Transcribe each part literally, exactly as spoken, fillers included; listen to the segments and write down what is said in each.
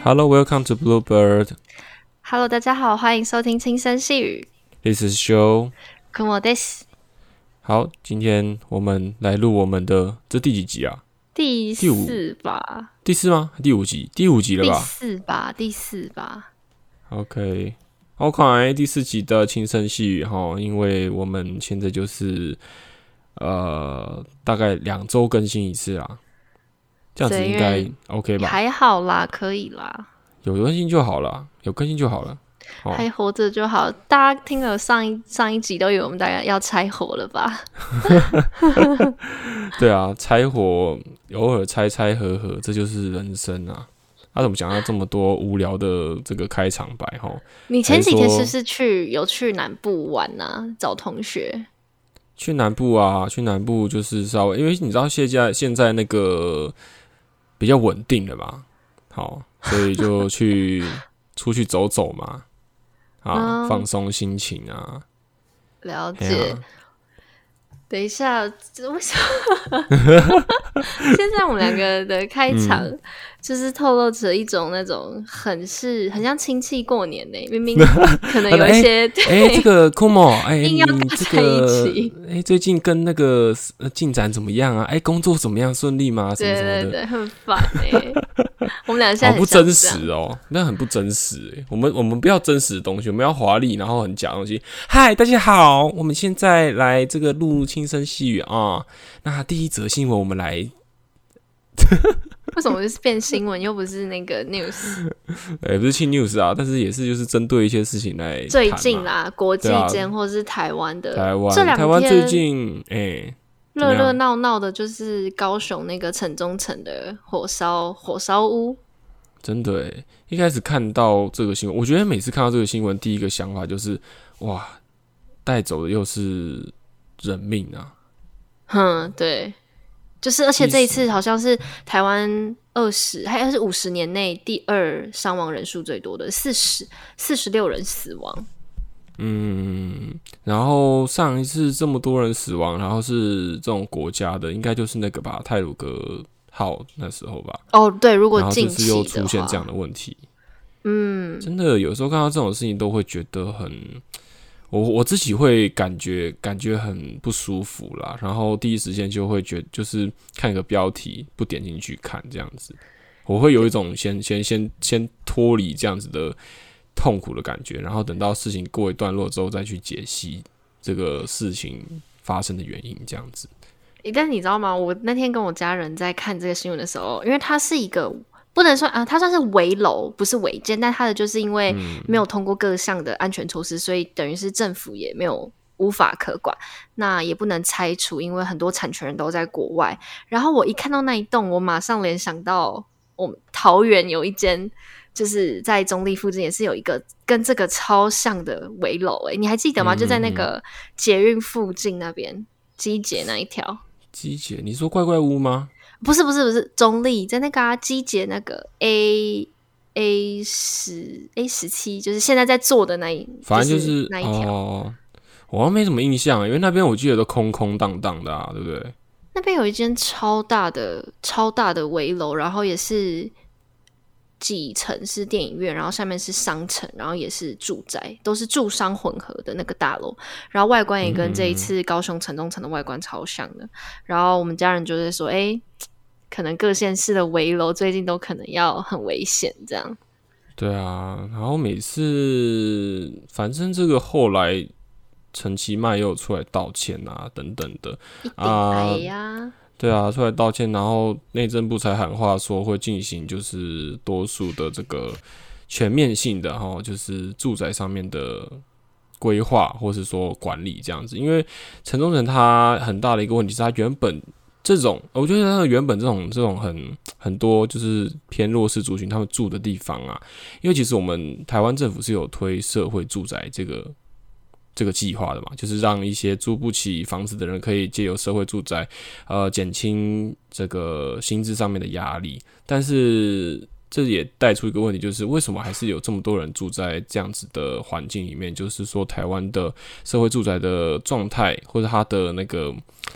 Hello, welcome to Bluebird. Hello， 大家好，欢迎收听轻声细语。 This is Show. Kumo des。 好，今天我们来录我们的这第几集啊？ 第四吧？ 第四吗？第五集？第五集了吧？ 第四吧，第四吧。 OK， OK， 第四集的轻声细语哈，因为我们现在就是呃大概两周更新一次啦，这样子应该 OK 吧？ 还好啦，可以啦， 有更新就好了，有更新就好了。哦、 还活着就好。大家听了上一上一集都以为我们大概要拆伙了吧？ 对啊，拆伙偶尔拆拆合合，这就是人生啊！他、啊、怎么讲到这么多无聊的这个开场白哈？ 你前几天是不是去有去南部玩啊？找同学？ 去南部啊，去南部就是稍微，因为你知道现在现在那个比较稳定了嘛，好，所以就去出去走走嘛。啊， 嗯、 放松心情啊， 了解。啊、等一下，为什么现在我们两个的开场、嗯、就是透露着一种那种很是很像亲戚过年呢、欸？明明可能有一些哎、欸欸，这个 Kumo， 哎、欸， 硬要搭在一起。 哎、欸，最近跟那个进展怎么样啊？哎、欸，工作怎么样？顺利吗？什么什么的， 对对对，很烦哎、欸。我们俩现在好不真实哦，那很不真实哎。我们我们不要真实的东西，我们要华丽，然后很假的东西。嗨，大家好，我们现在来这个录轻声细语啊。那第一则新闻，我们来。 为什么就是变新闻，又不是那个 news？ 哎、欸，不是轻 news 啊，但是也是就是针对一些事情来。 最近啦，国际间、啊、或是台湾的， 台湾这两天台湾最近哎。 热热闹闹的，就是高雄那个城中城的火烧火烧屋。 真的耶，一开始看到这个新闻，我觉得每次看到这个新闻，第一个想法就是哇，带走的又是人命啊！ 嗯，对，就是而且这一次好像是台湾二十还是五十年内第二伤亡人数最多的，四十四十六人死亡。 嗯，然后上一次这么多人死亡，然后是这种国家的，应该就是那个吧，太鲁阁号那时候吧。 哦，对，如果近期的话，然后这次又出现这样的问题， 嗯， 真的有时候看到这种事情都会觉得很，我我自己会感觉感觉很不舒服啦，然后第一时间就会觉得就是看个标题不点进去看这样子，我会有一种先先先先脱离这样子的痛苦的感觉，然后等到事情过一段落之后再去解析这个事情发生的原因，这样子。 但你知道吗？我那天跟我家人在看这个新闻的时候，因为它是一个不能说啊，它算是危楼，不是违建，但它的就是因为没有通过各项的安全措施，所以等于是政府也没有无法可管，那也不能拆除，因为很多产权人都在国外。然后我一看到那一栋，我马上联想到我们桃园有一间。就是在中立附近也是有一个跟这个超像的围楼，哎，你还记得吗？嗯嗯嗯，就在那个捷运附近那边，基捷那一条。 基捷，你说怪怪屋吗？ 不是不是不是，中立在那个啊，基捷那个 A A 十 A 十七，就是现在在做的那一， 反正就是、 就是、那一条。 哦，我好像没什么印象，因为那边我记得都空空荡荡的啊，对不对？ 那边有一间超大的超大的围楼，然后也是。几层是电影院，然后下面是商城，然后也是住宅，都是住商混合的那个大楼，然后外观也跟这一次高雄城中城的外观超像的。然后我们家人就在说，哎，可能各县市的围楼最近都可能要很危险这样。 对啊，然后每次反正这个后来陈其迈又出来道歉啊，等等的， 一定来呀、啊。 对啊，出来道歉，然后内政部才喊话说会进行就是多数的这个全面性的齁，就是住宅上面的规划或是说管理这样子。因为城中城它很大的一个问题是，它原本这种，我觉得它原本这种这种很很多就是偏弱势族群他们住的地方啊，因为其实我们台湾政府是有推社会住宅这个。这个计划的嘛，就是让一些租不起房子的人可以借由社会住宅，呃，减轻这个薪资上面的压力。但是这也带出一个问题，就是为什么还是有这么多人住在这样子的环境里面？就是说，台湾的社会住宅的状态，或者它的那个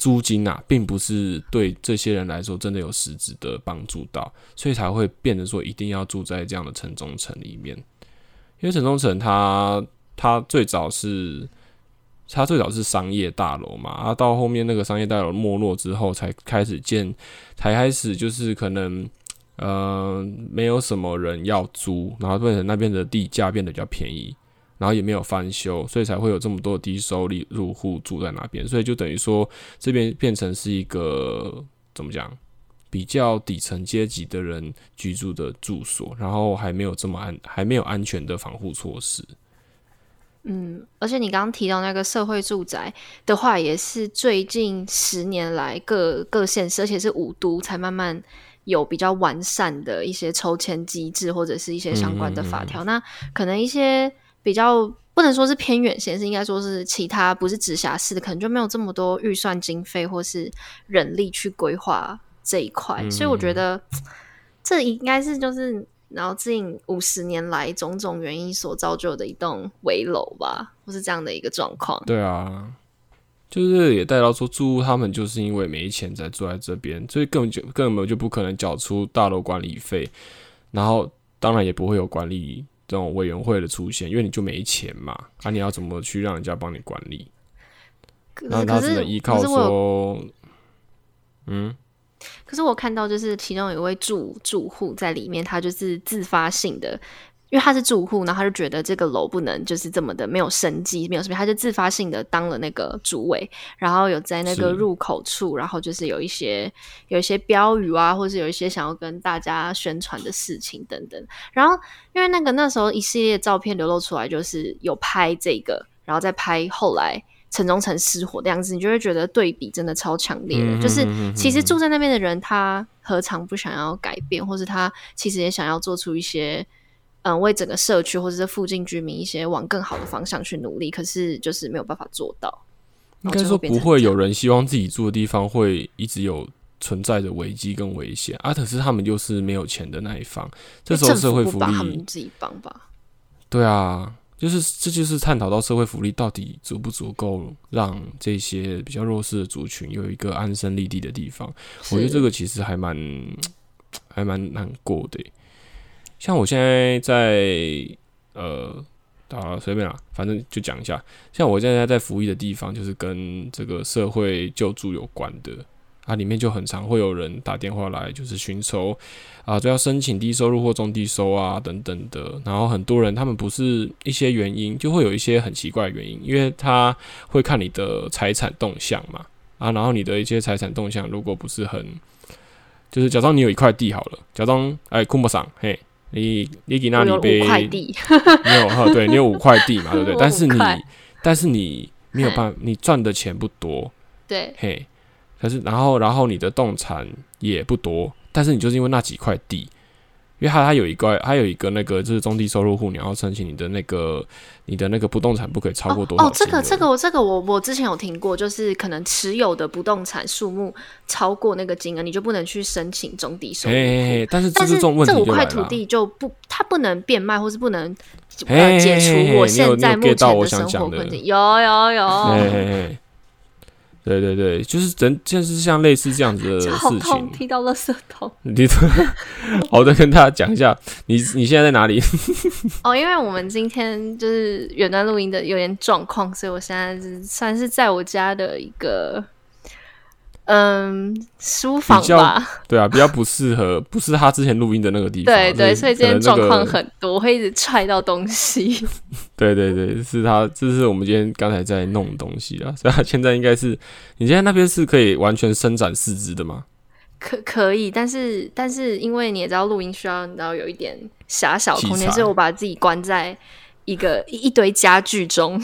租金啊，并不是对这些人来说真的有实质的帮助到，所以才会变成说一定要住在这样的城中城里面。因为城中城它它最早是它最早是商业大楼嘛，啊，到后面那个商业大楼没落之后，才开始建，才开始就是可能呃没有什么人要租，然后变成那边的地价变得比较便宜。然后也没有翻修，所以才会有这么多低收入户住在那边，所以就等于说这边变成是一个怎么讲，比较底层阶级的人居住的住所，然后还没有这么安，还没有安全的防护措施。 嗯，而且你刚刚提到那个社会住宅的话，也是最近十年来各各县市，而且是五都才慢慢有比较完善的一些抽签机制，或者是一些相关的法条。嗯嗯嗯，那可能一些比较不能说是偏远县市，应该说是其他不是直辖市的，可能就没有这么多预算经费或是人力去规划这一块。嗯嗯，所以我觉得这应该是就是然后近五十年来种种原因所造就的一栋危楼吧，或是这样的一个状况。 对啊，就是也带到说住户他们就是因为没钱才住在这边，所以根本就根本就不可能缴出大楼管理费，然后当然也不会有管理这种委员会的出现，因为你就没钱嘛，啊，你要怎么去让人家帮你管理？那他只能依靠说，嗯。 可是我看到就是其中有一位住住户在里面，他就是自发性的，因为他是住户，然后他就觉得这个楼不能就是这么的没有生机，没有什么，他就自发性的当了那个主委，然后有在那个入口处，然后就是有一些有一些标语啊，或是有一些想要跟大家宣传的事情等等。然后因为那个那时候一系列照片流露出来，就是有拍这个，然后再拍后来城中城失火的样子，你就会觉得对比真的超强烈的。嗯、就是其实住在那边的人，他何尝不想要改变，或是他其实也想要做出一些嗯为整个社区或者是附近居民一些往更好的方向去努力，可是就是没有办法做到。 应该说不会有人希望自己住的地方会一直有存在的危机跟危险啊，可是他们就是没有钱的那一方，这时候社会福利政府不把他们自己帮吧？ 对啊。就是这就是探讨到社会福利到底足不足够让这些比较弱势的族群有一个安身立地的地方，我觉得这个其实还蛮还蛮难过的。像我现在在呃啊随便啦，反正就讲一下，像我现在在服役的地方，就是跟这个社会救助有关的。啊，里面就很常会有人打电话来，就是寻求啊，就要申请低收入或中低收啊等等的。然后很多人他们不是一些原因，就会有一些很奇怪的原因，因为他会看你的财产动向嘛，啊，然后你的一些财产动向如果不是很，就是假装你有一块地好了，假装哎，库莫桑，嘿，你你给那里被五块地， 你有哈，对你有五块地嘛，对不对？但是你但是你没有办法，你赚的钱不多， 对， 嘿。可是，然后，然后你的动产也不多，但是你就是因为那几块地，因为它它有一个，它有一个那个就是中低收入户，你要申请你的那个你的那个不动产不可以超过多少哦？哦，这个这个我这个我我之前有听过，就是可能持有的不动产数目超过那个金额，你就不能去申请中低收入户。 嘿嘿嘿，但是这是这种问题就来了， 这五块土地就不，它不能变卖，或是不能呃解除我现在目前的生活困境。有有有。 嘿嘿嘿对对对，就是人就是像类似这样子的事情。 好痛，踢到垃圾桶。 你好的，跟大家讲一下，你你现在在哪里？ 哦，因为我们今天就是远端录音的有点状况，所以我现在是算是在我家的一个嗯书房吧。 对啊，比较不适合，不是他之前录音的那个地方。 对对，所以今天状况很多，我会一直踹到东西。 对对对，是他，这是我们今天刚才在弄的东西啊，所以他现在应该是，你现在那边是可以完全伸展四肢的吗？ 可可以，但是但是因为你也知道录音需要，你知道有一点狭小空间，所以我把自己关在一个一堆家具中。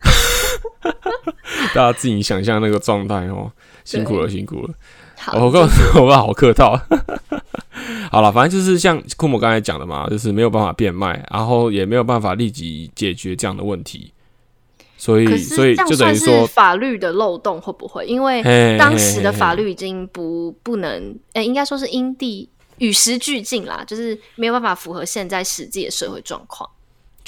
大家自己想象那个状态哦，辛苦了辛苦了。 好， 我告诉我好客套。好了，反正就是像库摩刚才讲的嘛，就是没有办法变卖，然后也没有办法立即解决这样的问题，所以所以就等于说法律的漏洞会不会？因为当时的法律已经不不能，欸、应该说是因地与时俱进啦，就是没有办法符合现在实际的社会状况。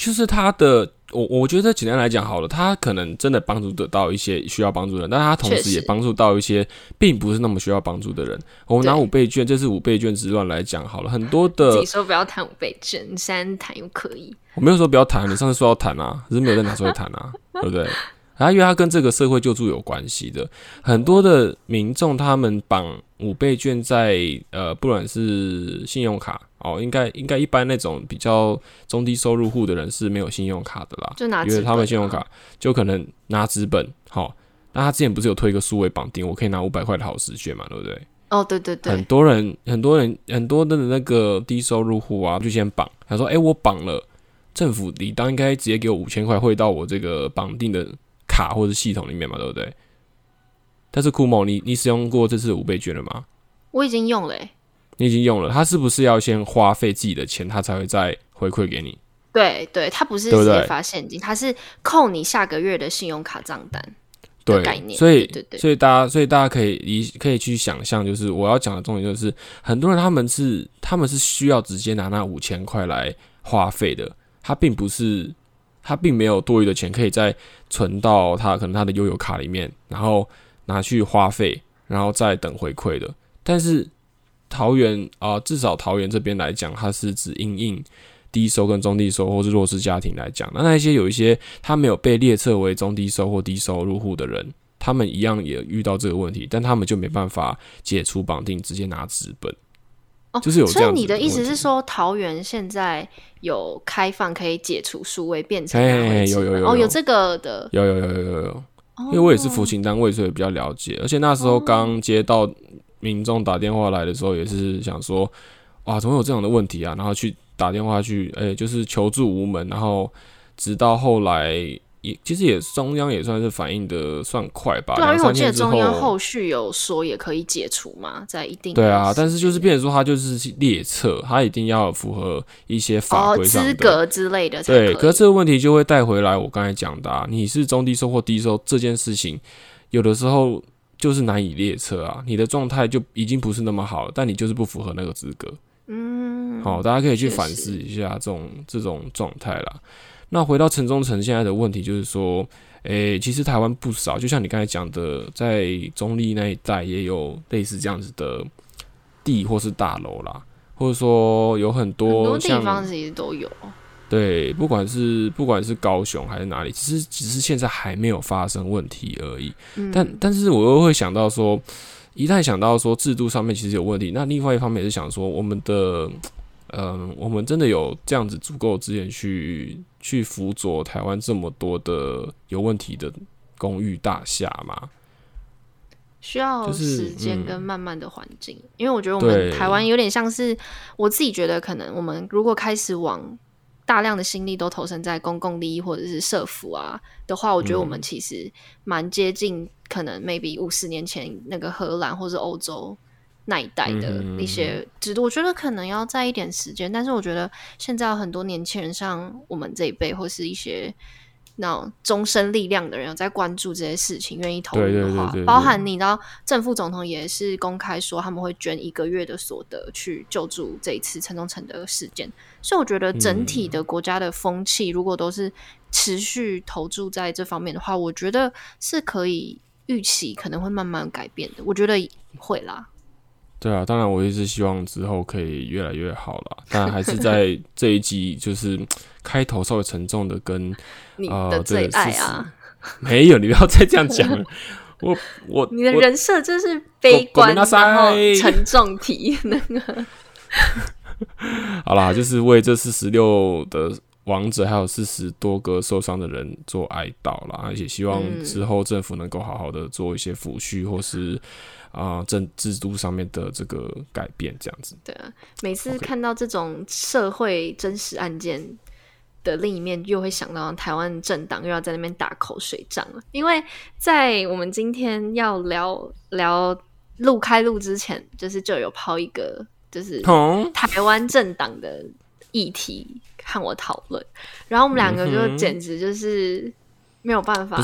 就是他的，我我觉得简单来讲好了，他可能真的帮助得到一些需要帮助的人，但他同时也帮助到一些并不是那么需要帮助的人。我们拿五倍券，这是五倍券之乱来讲好了，很多的。 自己说不要谈五倍券，你现在谈又可以。 我没有说不要谈，你上次说要谈啊，只是没有在拿出来谈啊，对不对？然后因为它跟这个社会救助有关系的，很多的民众他们绑五倍券在呃，不管是信用卡哦，应该应该一般那种比较中低收入户的人是没有信用卡的啦， 就拿纸本啊， 因为他们信用卡就可能拿纸本，好、哦，那他之前不是有推一个数位绑定，我可以拿五百块的好时券嘛，对不对？ 哦，对对对， 很多人很多人很多的那个低收入户啊，就先绑，他说，哎、欸，我绑了，政府理当应该直接给我五千块汇到我这个绑定的卡或者系统里面嘛，对不对？但是酷某，你你使用过这次的五倍券了吗？ 我已经用了、欸， 你已经用了，他是不是要先花费自己的钱，他才会再回馈给你？ 对对，他不是直接发现金，他是扣你下个月的信用卡账单的概念。 所以对对对， 所以大家所以大家可以理可以去想象，就是我要讲的重点就是，很多人他们是他们是需要直接拿那五千块来花费的，他并不是。他并没有多余的钱可以再存到他可能他的悠游卡里面，然后拿去花费，然后再等回馈的。但是桃园啊、呃，至少桃园这边来讲，它是指因应低收跟中低收或是弱势家庭来讲，那那一些有一些他没有被列册为中低收或低收入户的人，他们一样也遇到这个问题，但他们就没办法解除绑定，直接拿纸本。 哦， 就是有这样子的问题。所以你的意思是说，桃园现在有开放可以解除数位变成拿回纸本？ 有有有哦，有这个的， 有有有有有有。因为我也是服勤单位，所以比较了解。而且那时候刚接到民众打电话来的时候，也是想说，哇，怎么有这样的问题啊？然后去打电话去，哎、欸，就是求助无门。然后直到后来，也其实也中央也算是反应的算快吧。 对啊，因为我记得中央后续有说也可以解除嘛，在一定的对啊，但是就是变成说他就是列册，他一定要符合一些法规上的资、哦、格之类的才可以。 对，可是这个问题就会带回来我刚才讲的、啊，你是中低收或低收这件事情，有的时候就是难以列册啊，你的状态就已经不是那么好了，但你就是不符合那个资格。嗯，好，大家可以去反思一下这种这种状态啦。那回到城中城现在的问题就是说，诶、欸，其实台湾不少，就像你刚才讲的，在中立那一带也有类似这样子的地或是大楼啦，或者说有很多很多地方其实都有。 对，不管是不管是高雄还是哪里，其实只是现在还没有发生问题而已。嗯、但但是我又会想到说，一旦想到说制度上面其实有问题，那另外一方面也是想说我们的。嗯，我们真的有这样子足够的资源去去辅佐台湾这么多的有问题的公寓大厦吗？ 需要时间跟慢慢的环境、就是嗯，因为我觉得我们台湾有点像是，我自己觉得可能我们如果开始往大量的心力都投身在公共利益或者是社福啊的话，我觉得我们其实蛮接近可能 maybe 五十年前那个荷兰或是欧洲。那一代的一些制度，我觉得可能要在一点时间，但是我觉得现在有很多年轻人，像我们这一辈，或是一些那种终身力量的人，有在关注这些事情，愿意投入的话， 对对对对对， 包含你知道，正副总统也是公开说他们会捐一个月的所得去救助这一次城中城的事件，所以我觉得整体的国家的风气，如果都是持续投注在这方面的话，我觉得是可以预期可能会慢慢改变的，我觉得会啦。 对啊，当然我也是希望之后可以越来越好啦，但还是在这一集就是开头稍微沉重的跟你的最爱啊、 呃、没有，你不要再这样讲了我我你的人设就是悲观然后沉重题那个好啦，就是为这四十六的亡者还有四十多个受伤的人做哀悼啦，而且希望之后政府能够好好的做一些抚恤或是啊、呃，政制度上面的这个改变，这样子。 对啊，每次看到这种社会真实案件的另一面，又会想到台湾政党又要在那边打口水仗了。因为在我们今天要聊聊录开录之前，就是就有抛一个就是台湾政党的议题和我讨论，然后我们两个就简直就是没有办法。 不是啊，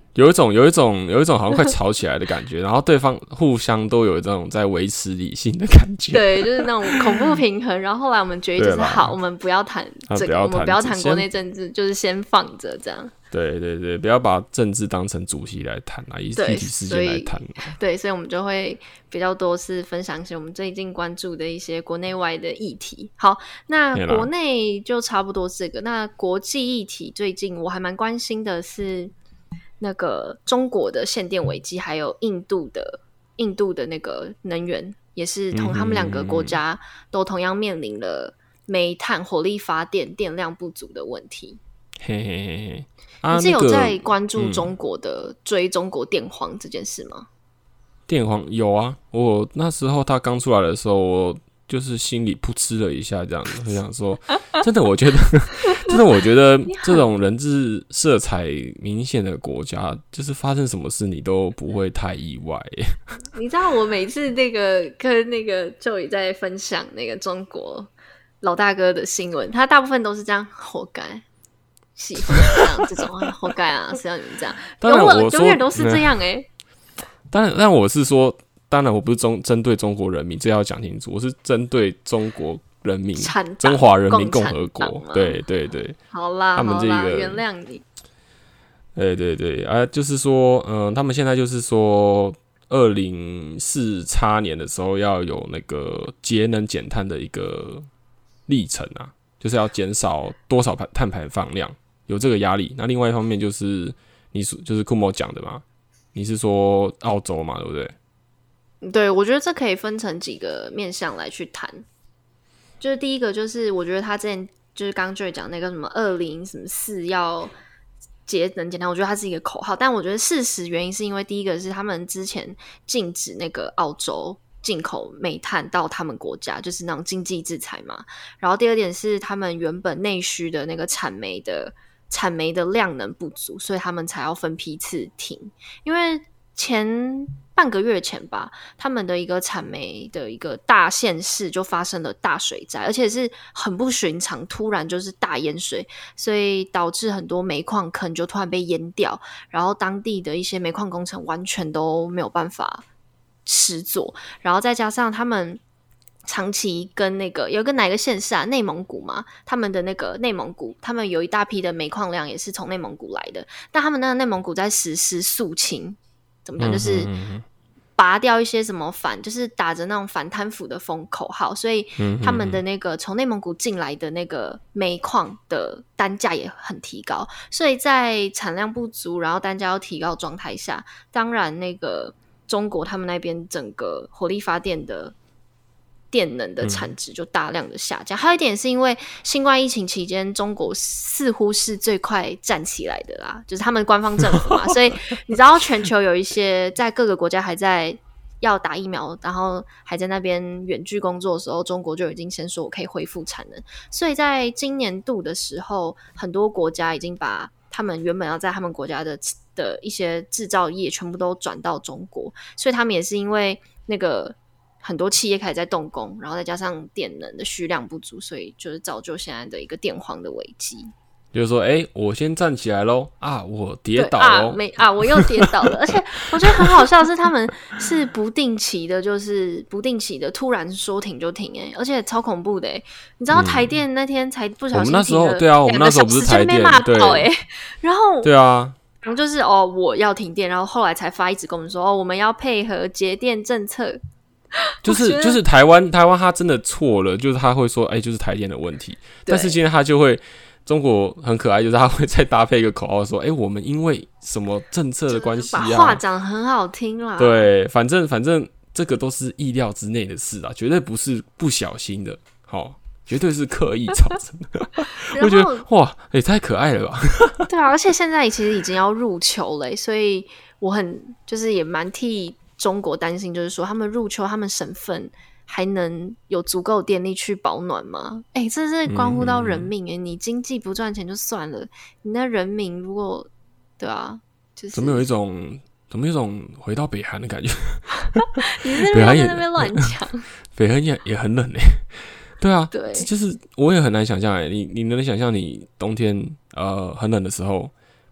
有一种有一种有一种好像快吵起来的感觉，然后对方互相都有这种在维持理性的感觉。 对，就是那种恐怖平衡。然后后来我们决议就是好，我们不要谈这个，我们不要谈国内政治，就是先放着这样。 对对对，不要把政治当成主题来谈啊，以具体事件来谈。 对，所以我们就会比较多是分享一些我们最近关注的一些国内外的议题。好，那国内就差不多这个。那国际议题最近我还蛮关心的是那个中国的限电危机，还有印度的印度的那个能源，也是同他们两个国家都同样面临了煤炭火力发电电量不足的问题。 嘿嘿嘿嘿。啊、 你是有在关注中国的、嗯、追中国电荒这件事吗？ 电荒有啊，我那时候他刚出来的时候，我就是心里噗嗤了一下，这样子，我想说，真的，我觉得，真的，我觉得这种人质色彩明显的国家，就是发生什么事你都不会太意外。 你知道，我每次那个跟那个 Joey 在分享那个中国老大哥的新闻，他大部分都是这样，活该。喜欢这样这种啊，活该啊！谁要你们这样？ 当然我说永远都是这样哎、欸。 当然，但我是说，当然我不是中针对中国人民，这要讲清楚，我是针对中国人民，中华人民共和国。对对对， 好啦， 他们这个原谅你。 对对对啊，就是说，嗯、呃，他们现在就是说，二零四叉年的时候要有那个节能减碳的一个历程啊，就是要减少多少碳排放量。有这个压力，那另外一方面就是你就是库莫讲的嘛，你是说澳洲嘛，对不对？ 对，我觉得这可以分成几个面向来去谈。就是第一个就是我觉得他之前就是刚刚就讲那个什么二零什么四要节能减碳，我觉得它是一个口号，但我觉得事实原因是因为第一个是他们之前禁止那个澳洲进口煤炭到他们国家，就是那种经济制裁嘛。然后第二点是他们原本内需的那个产煤的产煤的量能不足，所以他们才要分批次停。因为前半个月前吧，他们的一个产煤的一个大县市就发生了大水灾，而且是很不寻常，突然就是大淹水，所以导致很多煤矿坑就突然被淹掉，然后当地的一些煤矿工程完全都没有办法施作，然后再加上他们长期跟那个有个哪个县市啊，内蒙古嘛，他们的那个内蒙古，他们有一大批的煤矿量也是从内蒙古来的，但他们那个内蒙古在实施肃清，怎么讲，就是拔掉一些什么反，就是打着那种反贪腐的风口号，所以他们的那个从内蒙古进来的那个煤矿的单价也很提高，所以在产量不足，然后单价要提高的状态下，当然那个中国他们那边整个火力发电的电能的产值就大量的下降、嗯、还有一点是因为新冠疫情期间中国似乎是最快站起来的啦，就是他们官方政府嘛所以你知道全球有一些在各个国家还在要打疫苗，然后还在那边远距工作的时候，中国就已经先说我可以恢复产能，所以在今年度的时候，很多国家已经把他们原本要在他们国家的的一些制造业全部都转到中国，所以他们也是因为那个很多企业开始在动工，然后再加上电能的需量不足，所以就是造就现在的一个电荒的危机。 就是说，哎、欸，我先站起来咯啊，我跌倒咯啊，没啊，我又跌倒了。而且我觉得很好笑的是，他们是不定期的，就是不定期的突然说停就停、欸，哎，而且超恐怖的、欸。你知道台电那天才不小心停了、嗯、我们那时候对啊，我们那时候不是台电， 对，然后对啊。 然后就是哦，我要停电，然后后来才发一直跟我们说，哦，我们要配合节电政策。 就是就是台湾台湾他真的错了，就是他会说，哎、欸，就是台电的问题。但是今天他就会，中国很可爱，就是他会再搭配一个口号说，哎、欸，我们因为什么政策的关系啊， 把话讲很好听啦。 对，反正反正这个都是意料之内的事啊，绝对不是不小心的，好。绝对是刻意造成的，我觉得哇，也、欸、太可爱了吧！ 对啊，而且现在其实已经要入秋了，所以我很就是也蛮替中国担心，就是说他们入秋，他们省份还能有足够电力去保暖吗？哎、欸，这是关乎到人命哎、欸嗯！你经济不赚钱就算了，你那人民如果对啊，就是怎么有一种怎么有一种回到北韩的感觉？ 你是不是在那边乱讲？ 北韩也也很冷哎、欸。对啊， 对， 就是我也很难想象哎，你你能想象你冬天呃很冷的时候，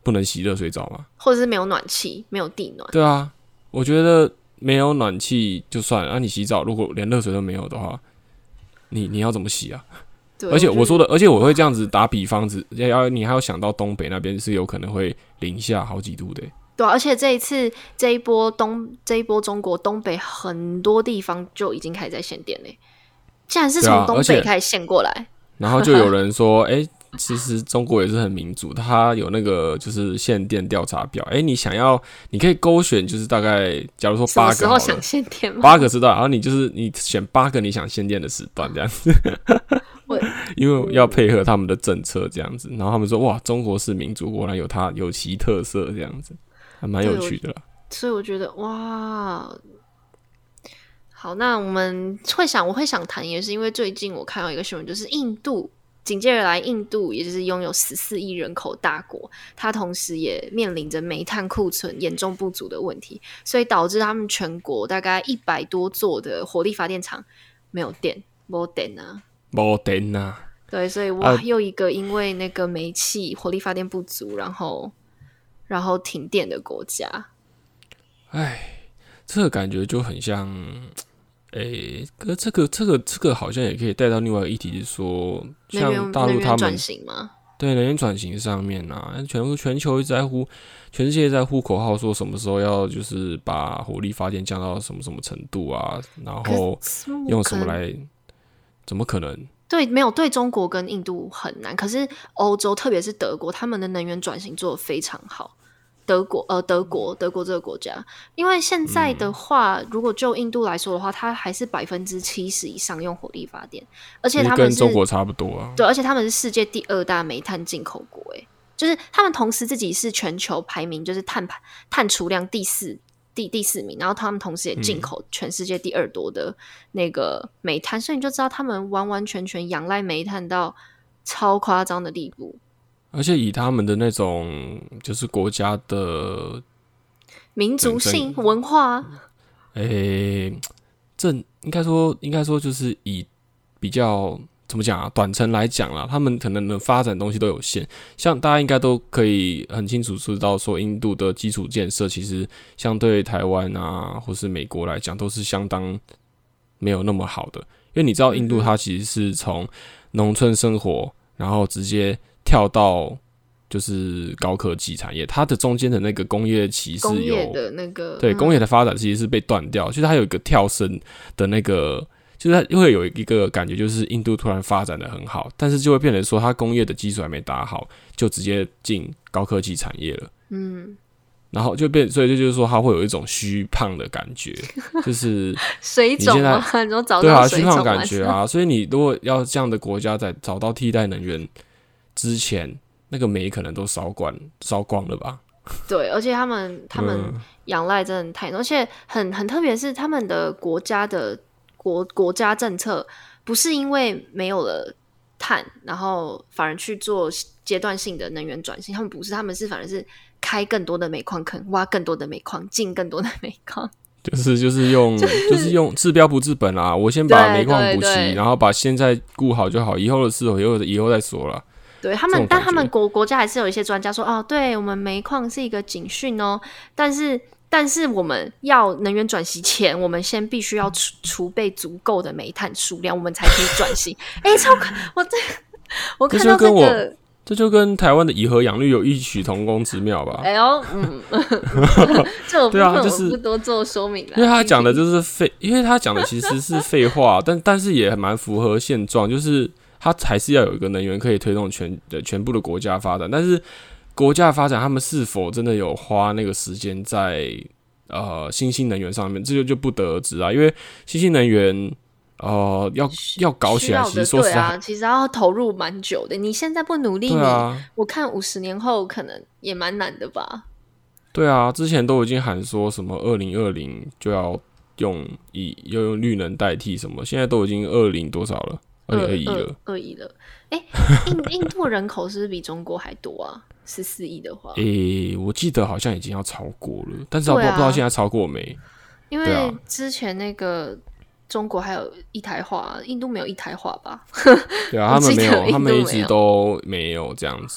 不能洗热水澡吗？ 或者是没有暖气，没有地暖。 对啊，我觉得没有暖气就算了，啊，你洗澡如果连热水都没有的话，你你要怎么洗啊？而且我说的，而且我会这样子打比方子，要你还要想到东北那边是有可能会零下好几度的。 对啊，而且这一次这一波东这一波中国东北很多地方就已经开始在限电嘞，竟然是从东北开始限过来。啊、 然后就有人说，哎、欸，其实中国也是很民主，他有那个就是限电调查表，哎、欸，你想要你可以勾选，就是大概假如说八个好了，什么时候想限电吗？ 八个时段，然后你就是你选八个你想限电的时段这样子。因为要配合他们的政策这样子，然后他们说哇，中国是民主，果然有它有其特色这样子，还蛮有趣的啦。 所以我觉得哇，好，那我们会想我会想谈，也是因为最近我看到一个新闻，就是印度紧接着来，印度也就是拥有十四亿人口大国，它同时也面临着煤炭库存严重不足的问题，所以导致他们全国大概一百多座的火力发电厂没有电，没电啊。 没电啊！ 对，所以哇、啊，又一个因为那个煤气火力发电不足，然后然后停电的国家。 哎，这个感觉就很像，哎，可这个这个这个好像也可以带到另外一个议题，就是说，像大陆他们转型吗？ 对，能源转型上面啊，全全球一直在呼，全世界在呼口号，说什么时候要就是把火力发电降到什么什么程度啊，然后用什么来。怎么可能？ 对，没有对中国跟印度很难，可是欧洲，特别是德国，他们的能源转型做得非常好。德国，呃，德国，德国这个国家，因为现在的话，嗯、如果就印度来说的话，它还是百分之七十以上用火力发电，而且他们是跟中国差不多啊。 对，而且他们是世界第二大煤炭进口国，哎，就是他们同时自己是全球排名就是碳碳储量第四。第第四名，然后他们同时也进口全世界第二多的那个煤炭、嗯、所以你就知道他们完完全全仰赖煤炭到超夸张的地步。 而且以他们的那种就是国家的民族性文化， 诶，这应该说应该说就是以比较。怎么讲啊？短程来讲啦，他们可能能发展的东西都有限。像大家应该都可以很清楚知道，说印度的基础建设其实相对台湾啊，或是美国来讲，都是相当没有那么好的。因为你知道，印度它其实是从农村生活，然后直接跳到就是高科技产业，它的中间的那个工业期是有工业的那个对工业的发展其实是被断掉，就是它有一个跳升的那个。就是它会有一个感觉，就是印度突然发展的很好，但是就会变成说它工业的基础还没打好，就直接进高科技产业了。嗯，然后就变，所以就是说它会有一种虚胖的感觉，就是水肿啊，你说找对啊， 到水肿虚胖感觉啊。所以你如果要这样的国家在找到替代能源之前，那个煤可能都烧光烧光了吧？ 对，而且他们他们仰赖真的太多，而且很很特别是他们的国家的。国国家政策不是因为没有了碳，然后反而去做阶段性的能源转型，他们不是，他们是反而是开更多的煤矿坑，挖更多的煤矿，进更多的煤矿， 就是就是用就是用治标不治本啊！我先把煤矿补齐，然后把现在顾好就好，以后的事以后以后再说了。 对他们，但他们国国家还是有一些专家说，哦，对我们煤矿是一个警讯哦，但是。但是我们要能源转型前，我们先必须要储储备足够的煤炭数量，我们才可以转型。哎、欸，超我这我看到这个， 这就跟台湾的以核养绿有异曲同工之妙吧？ 哎呦，嗯，这我部分我不多做说明了， 因为他讲的就是废，因为他讲的其实是废话，但但是也蛮符合现状，就是他还是要有一个能源可以推动全的全部的国家发展，但是。国家的发展，他们是否真的有花那个时间在呃新兴能源上面，这就就不得而知啊。因为新兴能源，呃，要要搞起来，其实说实在， 啊，其实要投入蛮久的。你现在不努力， 啊、 你我看五十年后可能也蛮难的吧？ 对啊，之前都已经喊说什么二零二零就要用以要用绿能代替什么，现在都已经二零多少了？二零二一了， 二一了。哎、欸，印印度人口是不是比中国还多啊？十四亿的话， 诶、欸，我记得好像已经要超过了，但是我不知道现在超过没。 因为之前那个中国还有一胎化，印度没有一胎化吧？ 对啊，他们没有，他们一直都没有这样子。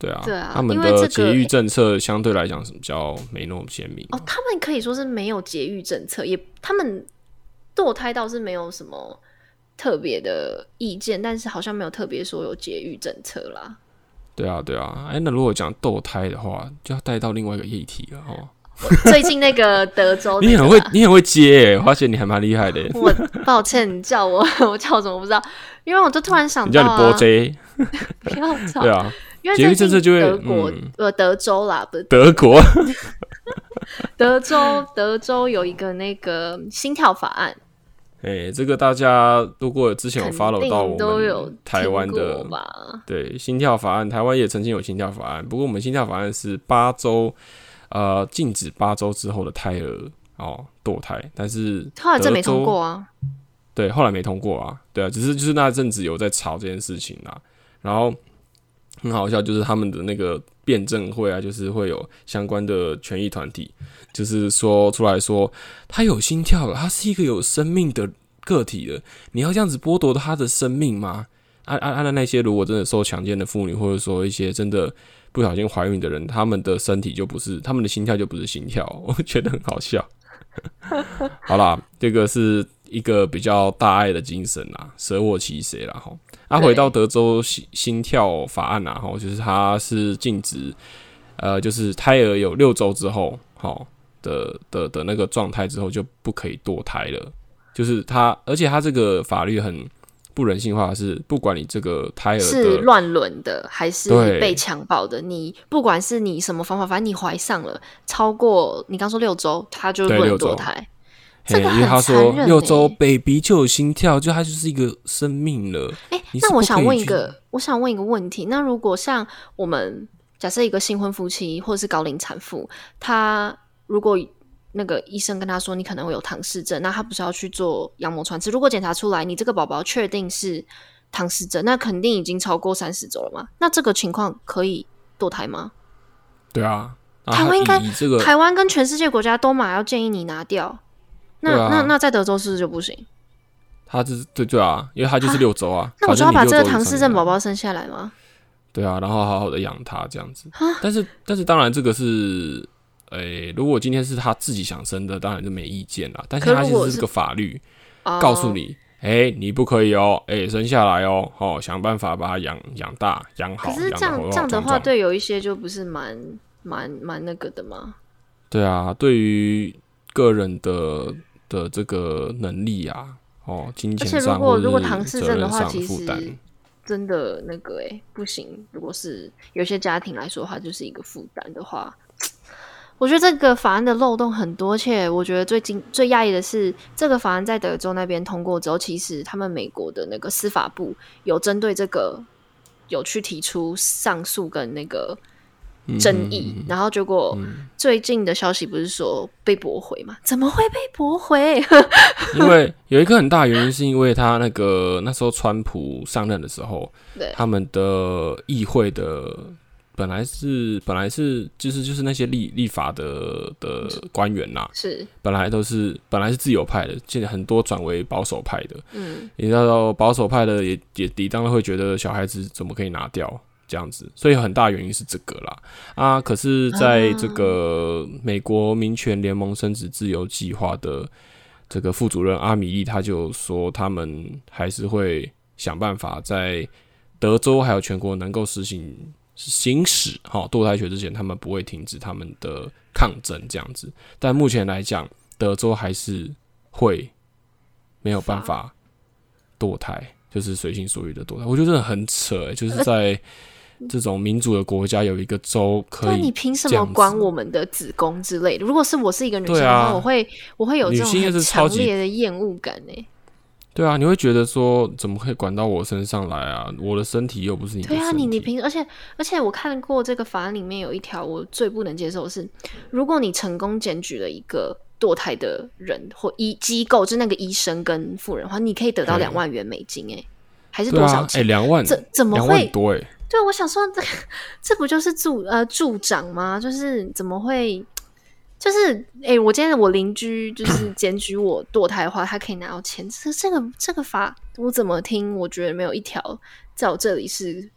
对啊， 对啊， 他们的节育政策相对来讲是比较没那么鲜明。 哦，他们可以说是没有节育政策，也他们堕胎倒是没有什么特别的意见，但是好像没有特别说有节育政策啦。 对啊，对啊，哎，那如果讲堕胎的话，就要带到另外一个议题了哦。 最近那个德州、那个， 你很会，你很会接，我发现你还蛮厉害的。 我抱歉，你叫我，我叫我怎么不知道？因为我就突然想到、啊， 你叫你波 J， 不要吵。 对啊， 因为节育政策就会德国、 嗯、 呃德州啦，不是德国， 德州德州有一个那个心跳法案。 哎、欸，这个大家如果之前有 follow 到我都有们台湾的吧？ 对心跳法案，台湾也曾经有心跳法案，不过我们心跳法案是八周，呃，禁止八周之后的胎儿哦堕胎，但是后来这没通过啊。 对，后来没通过啊，对啊，只是就是那阵子有在吵这件事情啊，然后很好笑，就是他们的那个辩证会啊，就是会有相关的权益团体，就是说出来说他有心跳了，他是一个有生命的个体了，你要这样子剥夺他的生命吗？按按按那些如果真的受强奸的妇女，或者说一些真的不小心怀孕的人，他们的身体就不是，他们的心跳就不是心跳，我觉得很好笑。好啦，这个是一个比较大爱的精神啦，舍我其谁啦齁。啊，回到德州心跳法案啦齁，就是它是禁止，呃，就是胎儿有六周之后，齁的的的那个状态之后就不可以堕胎了。就是它，而且它这个法律很不人性化，是不管你这个胎儿的是乱伦的还是被强暴的，你不管是你什么方法，反正你怀上了超过你刚说六周，他就不能堕胎。这个很残忍、欸、 因为他说六周 baby 就有心跳，就他就是一个生命了。哎、欸， 那我想问一个，我想问一个问题，那如果像我们假设一个新婚夫妻或者是高龄产妇，他如果那个医生跟他说你可能会有唐氏症，那他不是要去做羊膜穿刺？如果检查出来你这个宝宝确定是唐氏症，那肯定已经超过三十周了嘛？那这个情况可以堕胎吗？ 对啊， 台湾应该、 这个、 台湾跟全世界国家都嘛要建议你拿掉。那、啊、那那在德州是不是就不行？ 他就是对对啊，因为他就是六周啊。 那我就要把这个唐氏症宝宝生下来吗？ 对啊，然后好好的养他这样子。但是但是当然这个是。欸、如果今天是他自己想生的，当然就没意见啦。但是他就是这个法律告诉你，哎、欸，你不可以哦、喔，哎、欸，生下来哦、喔，哦，想办法把它养养大、养好。 可是这样这样的话，对有一些就不是蛮蛮蛮那个的吗？ 对啊，对于个人的的这个能力啊，哦，金钱上或者是责任上的负担， 真的那个哎、欸、不行。如果是有些家庭来说的话，就是一个负担的话。我觉得这个法案的漏洞很多，且我觉得最惊最讶异的是，这个法案在德州那边通过之后，其实他们美国的那个司法部有针对这个有去提出上诉跟那个争议，嗯、然后结果最近的消息不是说被驳回吗？怎么会被驳回？ 因为有一个很大的原因，是因为他那个那时候川普上任的时候，他们的议会的。本来是本来是就是就是那些立立法的的官员呐、啊， 是本来都是本来是自由派的，现在很多转为保守派的。 嗯， 你知道保守派的也也理当然会觉得小孩子怎么可以拿掉这样子，所以很大原因是这个啦啊。可是在这个美国民权联盟生殖自由计划的这个副主任阿米利他就说，他们还是会想办法在德州还有全国能够实行。行使哈堕胎权之前，他们不会停止他们的抗争这样子。但目前来讲，德州还是会没有办法堕胎，就是随心所欲的堕胎。我觉得真的很扯、欸，就是在这种民主的国家有一个州可以这样子。 对，你凭什么管我们的子宫之类的？如果是我是一个女性的话，啊、我会我会有这种很强烈的厌恶感诶、欸。 对啊，你会觉得说怎么可以管到我身上来啊？我的身体又不是你的身体。 对啊，你你凭而且而且我看过这个法案里面有一条我最不能接受的是，如果你成功检举了一个堕胎的人或医机构，就是那个医生跟妇人的话，你可以得到两万元美金、欸，哎，还是多少钱？ 哎，两、欸、万， 怎怎么会？ 两万多哎、欸？ 对，我想说这这不就是助呃助长吗？就是怎么会？就是哎、欸，我今天我邻居就是检举我堕胎的话，他可以拿到钱。这这个这个法我怎么听？我觉得没有一条在我这里是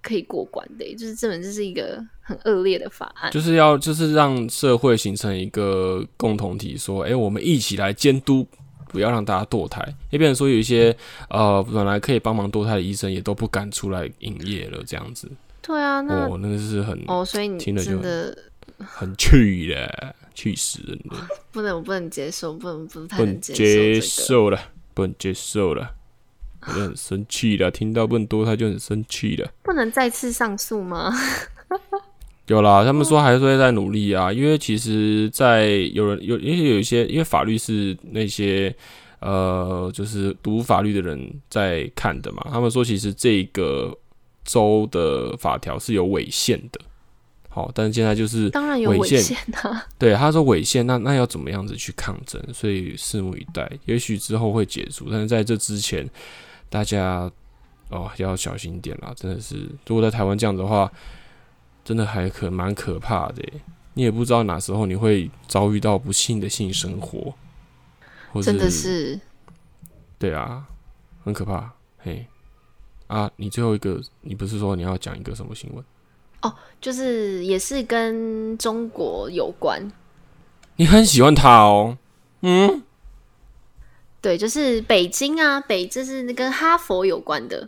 可以过关的，就是这本就是一个很恶劣的法案， 就是要就是让社会形成一个共同体，说，哎、欸，我们一起来监督，不要让大家堕胎。也变成说有一些呃本来可以帮忙堕胎的医生也都不敢出来营业了，这样子。 对啊，那哦，那个是很哦，所以你听了就真的很气的，气死人了。 不能，我不能接受，不能，不太不能接受、 接这个、 受了，不能接受了。我就很生气了，听到不能堕胎就很生气了。 不能再次上诉吗？ 有啦，他们说还是会在努力啊，因为其实，在有人有，因为有一些，因为法律是那些呃，就是读法律的人在看的嘛。他们说，其实这个州的法条是有违宪的。好，但是现在就是当然有违宪啊。 对，他说违宪，那那要怎么样子去抗争？所以拭目以待，也许之后会解除，但是在这之前，大家哦要小心一点啦，真的是，如果在台湾这样子的话，真的还可蛮可怕的耶，你也不知道哪时候你会遭遇到不幸的性生活，或是真的是， 对啊，很可怕。嘿，啊，你最后一个，你不是说你要讲一个什么新闻？ 哦，就是也是跟中国有关。 你很喜欢他哦，嗯， 对，就是北京啊，北就是跟哈佛有关的。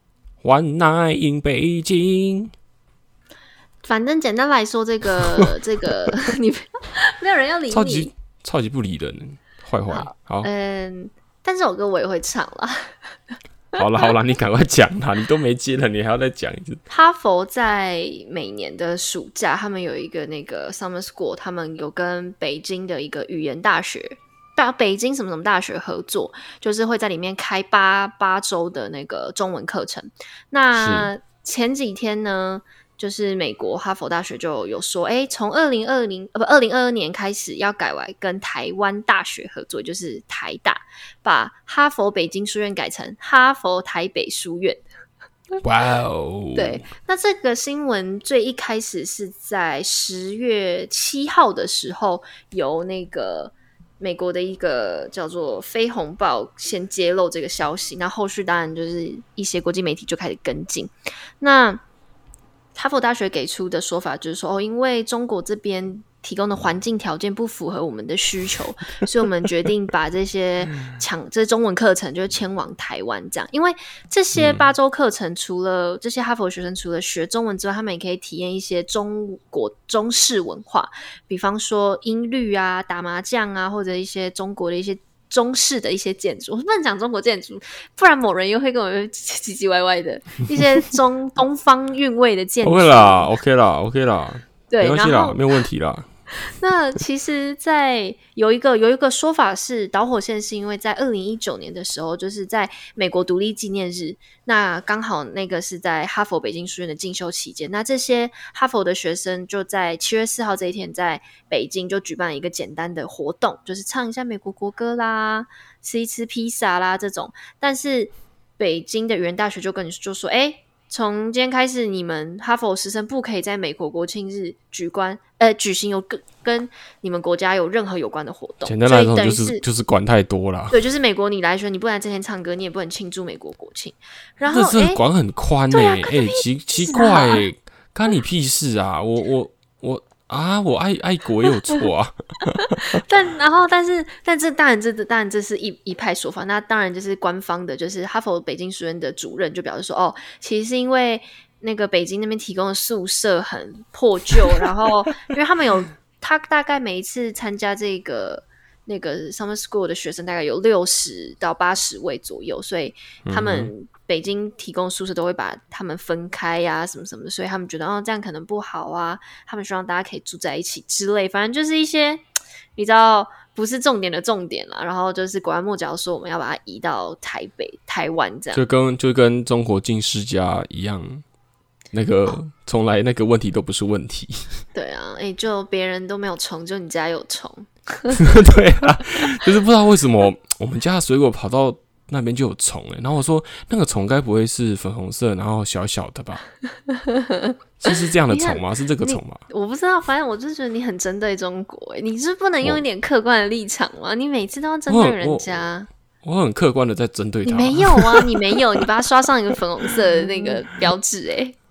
One night in 北京。 反正简单来说，这个这个你没有人要理你， 超级超级不理人，坏坏。好， 嗯，但这首歌我也会唱啦。 好了好了，你赶快讲啦！你都没接了，你还要再讲一次。 哈佛在每年的暑假，他们有一个那个 summer school， 他们有跟北京的一个语言大学，大北京什么什么大学合作，就是会在里面开八八周的那个中文课程。那前几天呢，就是美国哈佛大学就有说，哎，从二零二零呃不二零二二年开始要改为跟台湾大学合作，就是台大，把哈佛北京书院改成哈佛台北书院。 哇哦！ 对，那这个新闻最一开始是在十月七号的时候，由那个美国的一个叫做《绯红报》先揭露这个消息，那后续当然就是一些国际媒体就开始跟进。那哈佛大学给出的说法就是说，哦，因为中国这边提供的环境条件不符合我们的需求，所以我们决定把这些抢这中文课程就迁往台湾这样。因为这些八周课程，除了这些哈佛学生除了学中文之外，他们也可以体验一些中国中式文化，比方说音律啊、打麻将啊，或者一些中国的一些中式的一些建筑。我不能讲中国建筑，不然某人又会跟我唧唧歪歪的一些中东方韵味的建筑。 OK 啦 ，OK 啦 ,OK 啦， 对， 没关系啦，没有问题啦。 那其实在有一个有一个说法是导火线是因为在二零一九年的时候，就是在美国独立纪念日，那刚好那个是在哈佛北京书院的进修期间，那这些哈佛的学生就在七月四号这一天在北京就举办了一个简单的活动，就是唱一下美国国歌啦，吃一吃披萨啦这种。但是北京的语言大学就跟你就说，哎，从今天开始，你们哈佛师生不可以在美国国庆日举关呃举行有跟跟你们国家有任何有关的活动。 简单来说，就是是就是管太多啦。 对，就是美国你来说，你不能这天唱歌，你也不能庆祝美国国庆。然后这是管很宽哎、欸，哎、欸，奇奇怪哎、欸，干你屁事啊！我我我啊，我爱爱国也有错啊。 但然后，但是，但这当然这，这当然这是一一派说法。那当然就是官方的，就是哈佛北京书院的主任就表示说，哦，其实是因为那个北京那边提供的宿舍很破旧，然后因为他们有，他大概每一次参加这个那个 summer school 的学生大概有六十到八十位左右，所以他们北京提供宿舍都会把他们分开呀、啊，什么什么的，所以他们觉得哦这样可能不好啊，他们希望大家可以住在一起之类，反正就是一些你知道不是重点的重点啦。然后就是拐弯抹角说我们要把它移到台北、台湾这样， 就跟就跟中国进世家一样。那个从来那个问题都不是问题。 对啊，哎、欸，就别人都没有虫，就你家有虫。 对啊，就是不知道为什么我们家的水果跑到那边就有虫哎、欸，然后我说那个虫该不会是粉红色，然后小小的吧？是是这样的虫吗？是这个虫吗？ 我不知道，反正我就觉得你很针对中国、欸，你是不能用一点客观的立场吗？你每次都要针对人家。 我很客观的在针对他。 你没有啊，你没有，你把它刷上一个粉红色的那个标志哎、欸。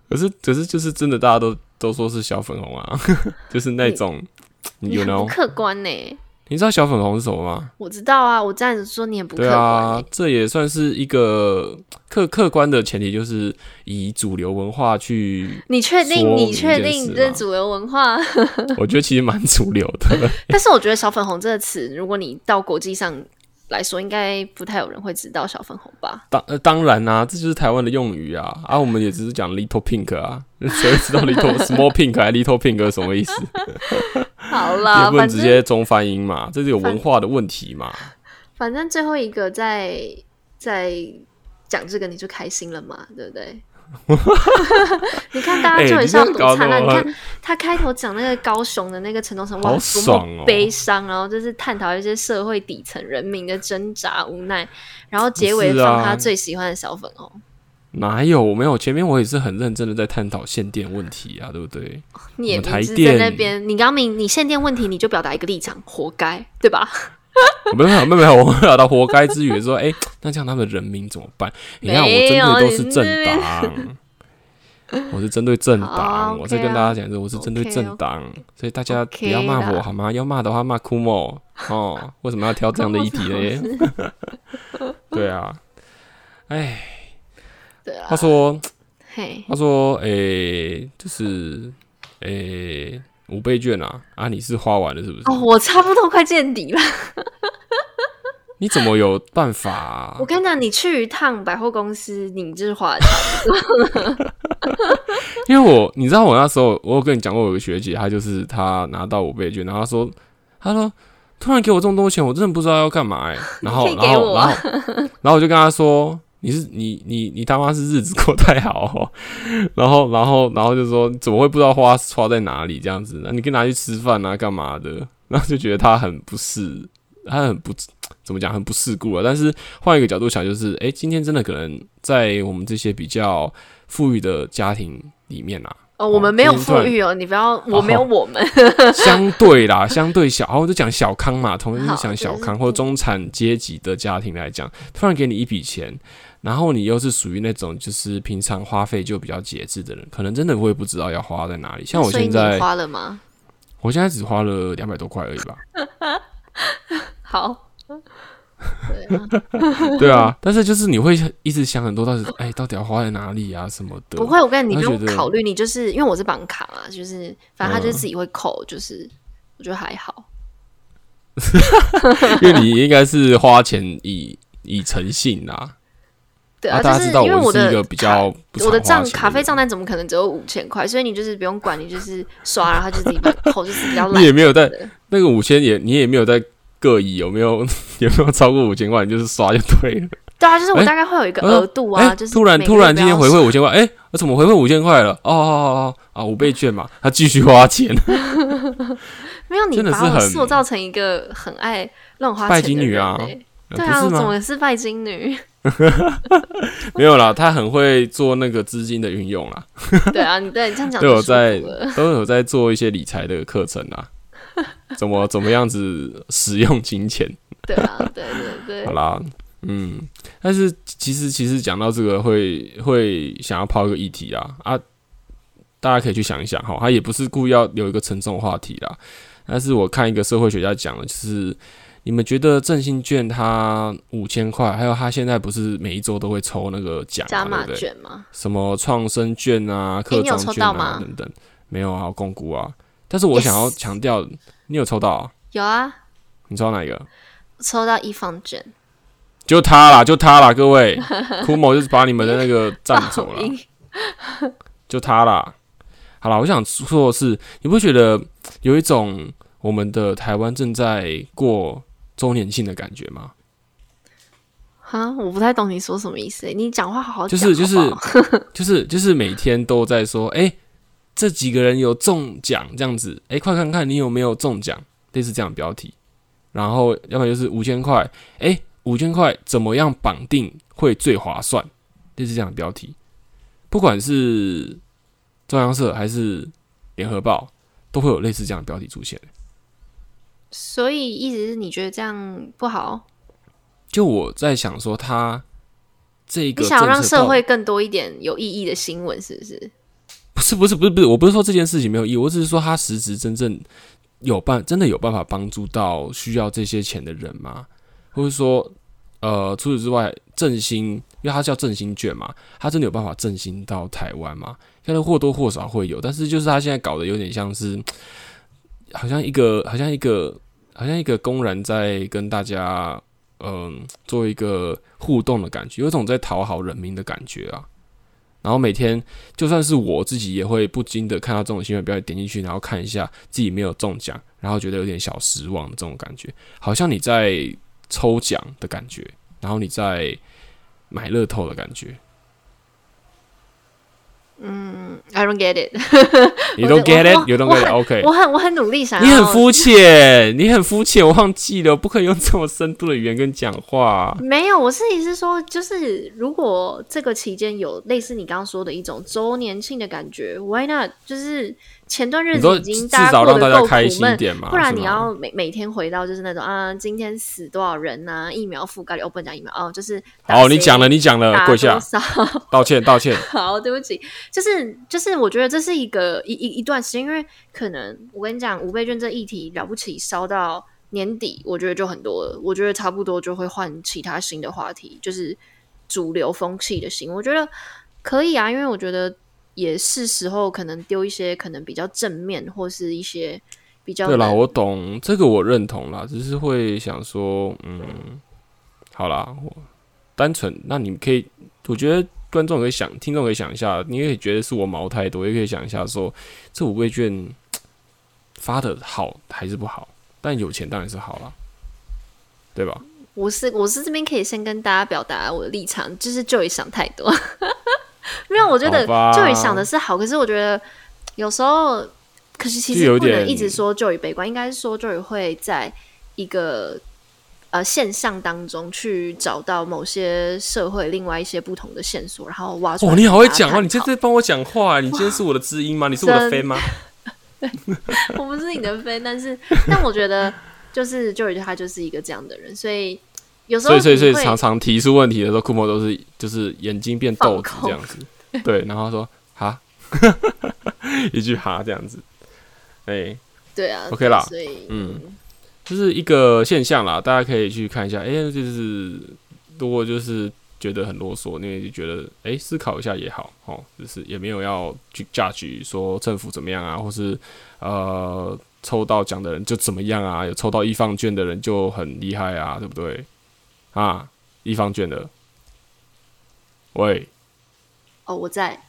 可是可是就是真的，大家都都说是小粉红啊，就是那种你很不客观呢、欸。 你知道小粉红是什么吗？ 我知道啊，我这样子说你很不客观、欸。对啊，这也算是一个客客观的前提，就是以主流文化去。 你确定？你确定你这主流文化？ 我觉得其实蛮主流的。 但是我觉得小粉红这个词，如果你到国际上来说，应该不太有人会知道小粉红吧？ 当、呃、当然啊，这就是台湾的用语啊。啊，我们也只是讲 little pink 啊，谁会知道 little small pink 还 little pink 是什么意思？ 好啦， 也不能直接中翻英嘛，这是有文化的问题嘛。 反正最后一个在在讲这个，你就开心了嘛，对不对？你看大家就很像赌餐啊！欸、你, 你看他开头讲那个高雄的那个陈东城，哇，多么悲伤，然后就是探讨一些社会底层人民的挣扎无奈，然后结尾放他最喜欢的小粉红。 哪有？我没有，前面我也是很认真的在探讨限电问题啊，对不对？ 你也明知在那边，你刚明你限电问题，你就表达一个立场，活该，对吧？ 没有没有没有，我表达活该之余说，哎、欸，那这样他们的人民怎么办？你看，我针对都是政党，我是针对政党， oh, okay 我在跟大家讲说，我是针对政党， okay, 所以大家不要骂我、okay、好吗？要骂的话骂 Kumo 哦，为什么要挑这样的议题呢？对啊，哎。他说，他说，诶、欸，就是，诶、欸，五倍券啊，啊，你是花完了是不是？ 哦，我差不多快见底了。 你怎么有办法、啊？ 我跟你讲，你去一趟百货公司，你就是花了差不多。 因为我，你知道我那时候，我有跟你讲过，有个学姐，她就是她拿到五倍券，然后她说，她说突然给我这么多钱，我真的不知道要干嘛哎、欸。然后，然后，然后，然后我就跟她说。你是你你你他妈是日子过太好哦，然后然后然后就说怎么会不知道花花在哪里这样子？那你可以拿去吃饭啊，干嘛的？然后就觉得他很不是，他很不怎么讲，很不世故啊。但是换一个角度想，就是哎、欸，今天真的可能在我们这些比较富裕的家庭里面啊。 哦，我们没有富裕哦，你不要，我没有我们。 相对啦，相对小，然后就讲小康嘛，同样是讲小康或中产阶级的家庭来讲，突然给你一笔钱，然后你又是属于那种就是平常花费就比较节制的人，可能真的会不知道要花在哪里。像我现在， 所以你花了吗？ 我现在只花了两百多块而已吧。 好。 对啊，对啊，但是就是你会一直想很多，到底哎、欸，到底要花在哪里啊什么的？ 不会，我跟你你不用考虑，你就是因为我是绑卡嘛，就是反正他就自己会扣，嗯、就是我觉得还好。 因为你应该是花钱以以诚信啦。 对啊， 大家知道我是一个比较不我的账卡费账单怎么可能只有五千块？所以你就是不用管，你就是刷，然后他就自己把扣，就是比较懒。 你也没有在那个五千也，你也没有在。各以有没有有没有超过五千块，你就是刷就对了。 对啊，就是我大概会有一个额度啊，欸、就是突然突然今天回馈五千块，哎，我怎么回馈五千块了？哦哦哦哦啊，五倍券嘛，他继续花钱。 没有，你把我塑造成一个很爱乱花钱的人、欸、 拜金女啊？ 对啊，我怎么是拜金女？ 没有啦，他很会做那个资金的运用啦。 对啊，你对你这样讲都有在都有在做一些理财的课程啊。怎么怎么样子使用金钱？ 对啊，对对对。 好啦，嗯，但是其实其实讲到这个会，会会想要抛一个议题啦啊，大家可以去想一想哈，他也不是故意要有一个沉重的话题啦，但是我看一个社会学家讲的，就是你们觉得振兴券它五千块，还有他现在不是每一周都会抽那个奖加码券吗？ 什么创生券啊、客庄券啊等等，没有啊，公估啊。但是我想要强调， yes. 你有抽到啊？ 有啊。 你抽到哪一个？ 抽到一方券。 就他啦，就他啦，各位，Kumo 就是把你们的那个占走了，就他啦。好啦，我想说的是，你不觉得有一种我们的台湾正在过周年庆的感觉吗？ 哈，我不太懂你说什么意思、欸。你讲话好好讲， 就是就是就是就是每天都在说，哎、欸。这几个人有中奖这样子，哎、欸，快看看你有没有中奖，类似这样的标题。然后要不然就是五千块，哎，五千块怎么样绑定会最划算，类似这样的标题。不管是中央社还是联合报，都会有类似这样的标题出现。 所以意思是你觉得这样不好？ 就我在想说，他这个你想要让社会更多一点有意义的新闻，是不是？ 不是不是不是不是，我不是说这件事情没有意义，我只是说他实质真正有办真的有办法帮助到需要这些钱的人吗？或者说，呃，除此之外，振兴，因为它叫振兴券嘛，它真的有办法振兴到台湾吗？可能或多或少会有，但是就是他现在搞得有点像是，好像一个好像一个好像一个公然在跟大家嗯、呃、做一个互动的感觉，有一种在讨好人民的感觉啊。然后每天就算是我自己也会不禁的看到这种新闻标题点进去，然后看一下自己没有中奖，然后觉得有点小失望的这种感觉，好像你在抽奖的感觉，然后你在买乐透的感觉。 嗯 ，I don't get it 。 你 don't get it， you don't get it，OK。 我很我很努力想要。 你很肤浅，你很肤浅，我忘记了，不可以用这么深度的语言跟讲话。 没有，我是意思是说，就是如果这个期间有类似你刚刚说的一种周年庆的感觉 ，Why not？ 就是前段日子已经大家过得够苦闷，不然你要每每天回到就是那种啊，今天死多少人啊，疫苗覆盖率，哦，不能讲疫苗哦，就是好，你讲了，你讲了，跪下，道歉，道歉。 好，对不起，就是就是，我觉得这是一个一一一段时间，因为可能我跟你讲，五倍券这议题了不起，烧到年底，我觉得就很多了，我觉得差不多就会换其他新的话题，就是主流风气的新，我觉得可以啊，因为我觉得。也是时候可能丢一些可能比较正面或是一些比较对啦，我懂这个，我认同啦，只是会想说，嗯，好啦，我单纯，那你可以，我觉得观众可以想，听众可以想一下，你也可以觉得是我毛太多，也可以想一下说，这五倍券发的好还是不好？但有钱当然是好啦，对吧？ 我是我是这边可以先跟大家表达我的立场，就是 Joey 想太多。没有，我觉得 Joey 想的是好，可是我觉得有时候，可是其实不能一直说 Joey 悲观，应该是说 Joey 会在一个呃现象当中去找到某些社会另外一些不同的线索，然后挖出来。 哦，你好会讲话，你今天在帮我讲话，你今天是我的知音吗？你是我的 fan 吗？ 我不是你的 fan， 但是但我觉得就是 Joey 他就是一个这样的人，所以。有时候所以所以所以常常提出问题的时候，库莫都是就是眼睛变豆子这样子，对，然后说哈，一句哈这样子，哎、欸， 对啊 ，OK 啦， 所以嗯，就是一个现象啦，大家可以去看一下，哎、欸，就是如果就是觉得很啰嗦，你也觉得哎、欸、思考一下也好，哦，就是也没有要去 judge 说政府怎么样啊，或是呃抽到奖的人就怎么样啊，有抽到一方券的人就很厉害啊，对不对？啊，一方券的，喂， 哦，我在。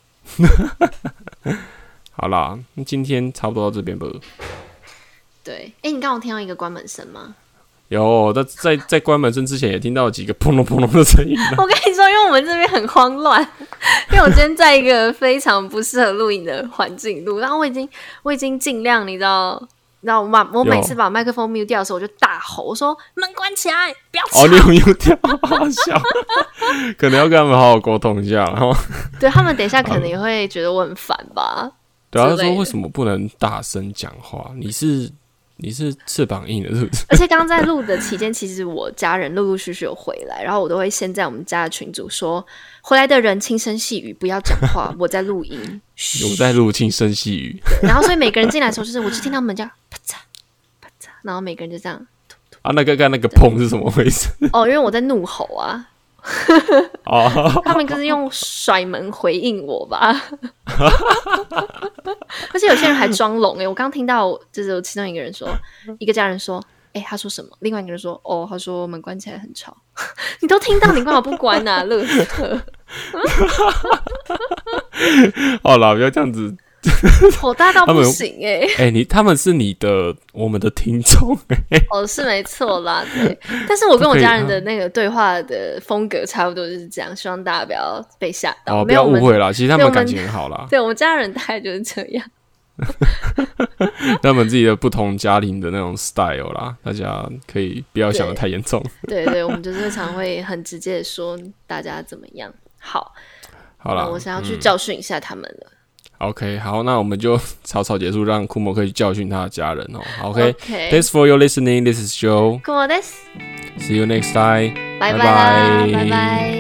好啦，那今天差不多到这边吧。 对，哎、欸，你刚刚听到一个关门声吗？ 有，在在在关门声之前也听到几个砰隆砰隆的声音。 我跟你说，因为我们这边很慌乱，因为我今天在一个非常不适合录影的环境录，然后我已经我已经尽量，你知道。然后我把我每次把麦克风 mute 掉的时候，我就大吼，我说门关起来，不要吵。 哦，你有 mute 掉，好好笑。可能要跟他们好好沟通一下，然后对他们等一下可能也会觉得我很烦吧。 对啊，他说为什么不能大声讲话？你是你是翅膀硬的，是不是？ 而且刚刚在录的期间，其实我家人陆陆续续有回来，然后我都会先在我们家的群组说，回来的人轻声细语，不要讲话，我在录音。 我在录轻声细语。 然后所以每个人进来的时候，就是我就听到门家啪嚓啪嚓，然后每个人就这样。 啊，那个刚那个砰是什么回事？ 哦，因为我在怒吼啊。 哦， 他们就是用甩门回应我吧。而且有些人还装聋哎，我刚听到就是有其中一个人说，一个家人说，哎、欸，他说什么？另外一个人说，哦，他说门关起来很吵。你都听到，你干嘛不关啊？乐色。 好啦，不要这样子。 火大到不行哎、欸！ 哎、欸，你他们是你的我们的听众哎、欸， 哦是没错啦，对。但是我跟我家人的那个对话的风格差不多就是这样，希望大家不要被吓到， 哦，不要误会啦。其实他们感情很好啦， 对我们家人大概就是这样。 他们自己的不同家庭的那种 style 啦，大家可以不要想得太严重。 对 对, 对，我们就是常会很直接的说大家怎么样。好， 好啦， 我想要去教训一下他们了。嗯 OK， 好，那我们就草草结束，让库莫可以教训他的家人哦。OK，Thanks、okay? for your listening. This is Joe. 库莫です。 See you next time. 拜拜啦，拜拜。